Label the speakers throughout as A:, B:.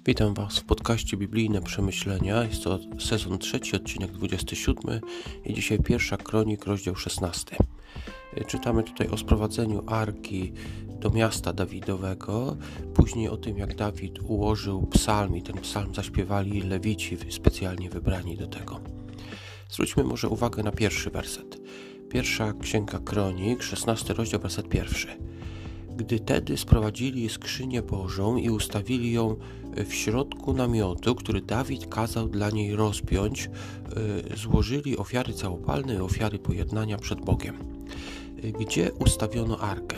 A: Witam Was w podcaście Biblijne Przemyślenia. Jest to sezon 3, odcinek 27 i dzisiaj pierwsza Kronik, rozdział 16. Czytamy tutaj o sprowadzeniu Arki do miasta Dawidowego, później o tym, jak Dawid ułożył psalm i ten psalm zaśpiewali Lewici specjalnie wybrani do tego. Zwróćmy może uwagę na pierwszy werset. Pierwsza Księga Kronik, 16 rozdział, werset 1. Gdy tedy sprowadzili skrzynię Bożą i ustawili ją w środku namiotu, który Dawid kazał dla niej rozpiąć, złożyli ofiary całopalne i ofiary pojednania przed Bogiem. Gdzie ustawiono Arkę?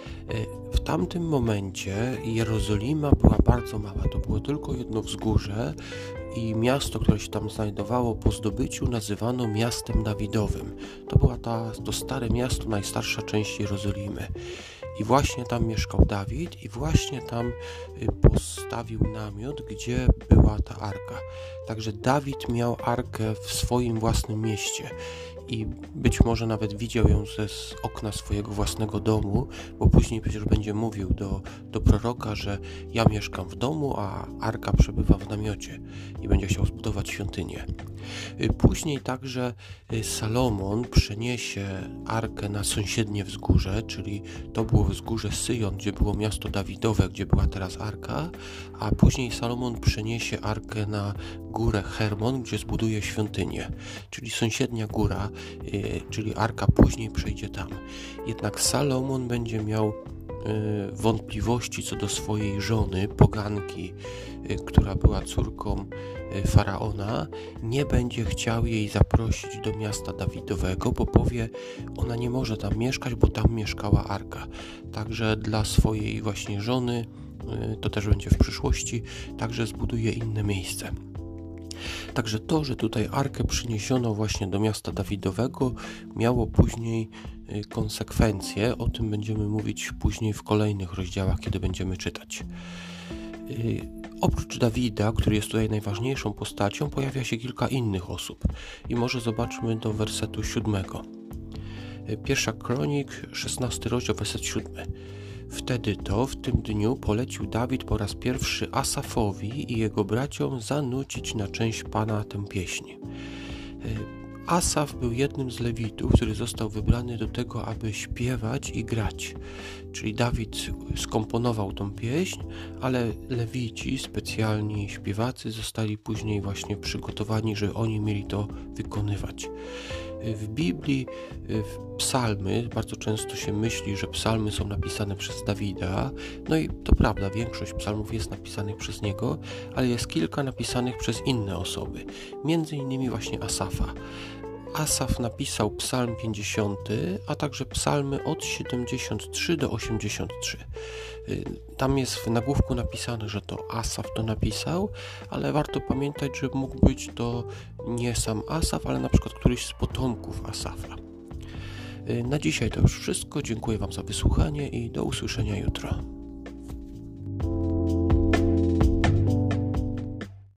A: W tamtym momencie Jerozolima była bardzo mała. To było tylko jedno wzgórze i miasto, które się tam znajdowało po zdobyciu, nazywano miastem Dawidowym. To było to stare miasto, najstarsza część Jerozolimy. I właśnie tam mieszkał Dawid i właśnie tam postawił namiot, gdzie była ta Arka. Także Dawid miał Arkę w swoim własnym mieście i być może nawet widział ją z okna swojego własnego domu, bo później przecież będzie mówił do proroka, że ja mieszkam w domu, a Arka przebywa w namiocie i będzie chciał zbudować świątynię. Później także Salomon przeniesie Arkę na sąsiednie wzgórze, czyli to było wzgórze Syjon, gdzie było miasto Dawidowe, gdzie była teraz Arka, a później Salomon przeniesie Arkę na górę Hermon, gdzie zbuduje świątynię, czyli sąsiednia góra, czyli Arka później przejdzie tam. Jednak Salomon będzie miał wątpliwości co do swojej żony, poganki, która była córką Faraona, nie będzie chciał jej zaprosić do miasta Dawidowego, bo powie, ona nie może tam mieszkać, bo tam mieszkała Arka. Także dla swojej właśnie żony, to też będzie w przyszłości, także zbuduje inne miejsce. Także to, że tutaj Arkę przyniesiono właśnie do miasta Dawidowego, miało później konsekwencje. O tym będziemy mówić później w kolejnych rozdziałach, kiedy będziemy czytać. Oprócz Dawida, który jest tutaj najważniejszą postacią, pojawia się kilka innych osób. I może zobaczmy do wersetu 7. Pierwsza Kronik, 16 rozdział, werset 7. Wtedy to, w tym dniu polecił Dawid po raz pierwszy Asafowi i jego braciom zanucić na cześć Pana tę pieśń. Asaf był jednym z Lewitów, który został wybrany do tego, aby śpiewać i grać. Czyli Dawid skomponował tą pieśń, ale Lewici, specjalni śpiewacy, zostali później właśnie przygotowani, że oni mieli to wykonywać. W Biblii psalmy, bardzo często się myśli, że psalmy są napisane przez Dawida, no i to prawda, większość psalmów jest napisanych przez niego, ale jest kilka napisanych przez inne osoby, między innymi właśnie Asafa. Asaf napisał psalm 50, a także psalmy od 73 do 83. Tam jest w nagłówku napisane, że to Asaf to napisał, ale warto pamiętać, że mógł być to nie sam Asaf, ale na przykład któryś z potomków Asafa. Na dzisiaj to już wszystko. Dziękuję Wam za wysłuchanie i do usłyszenia jutro.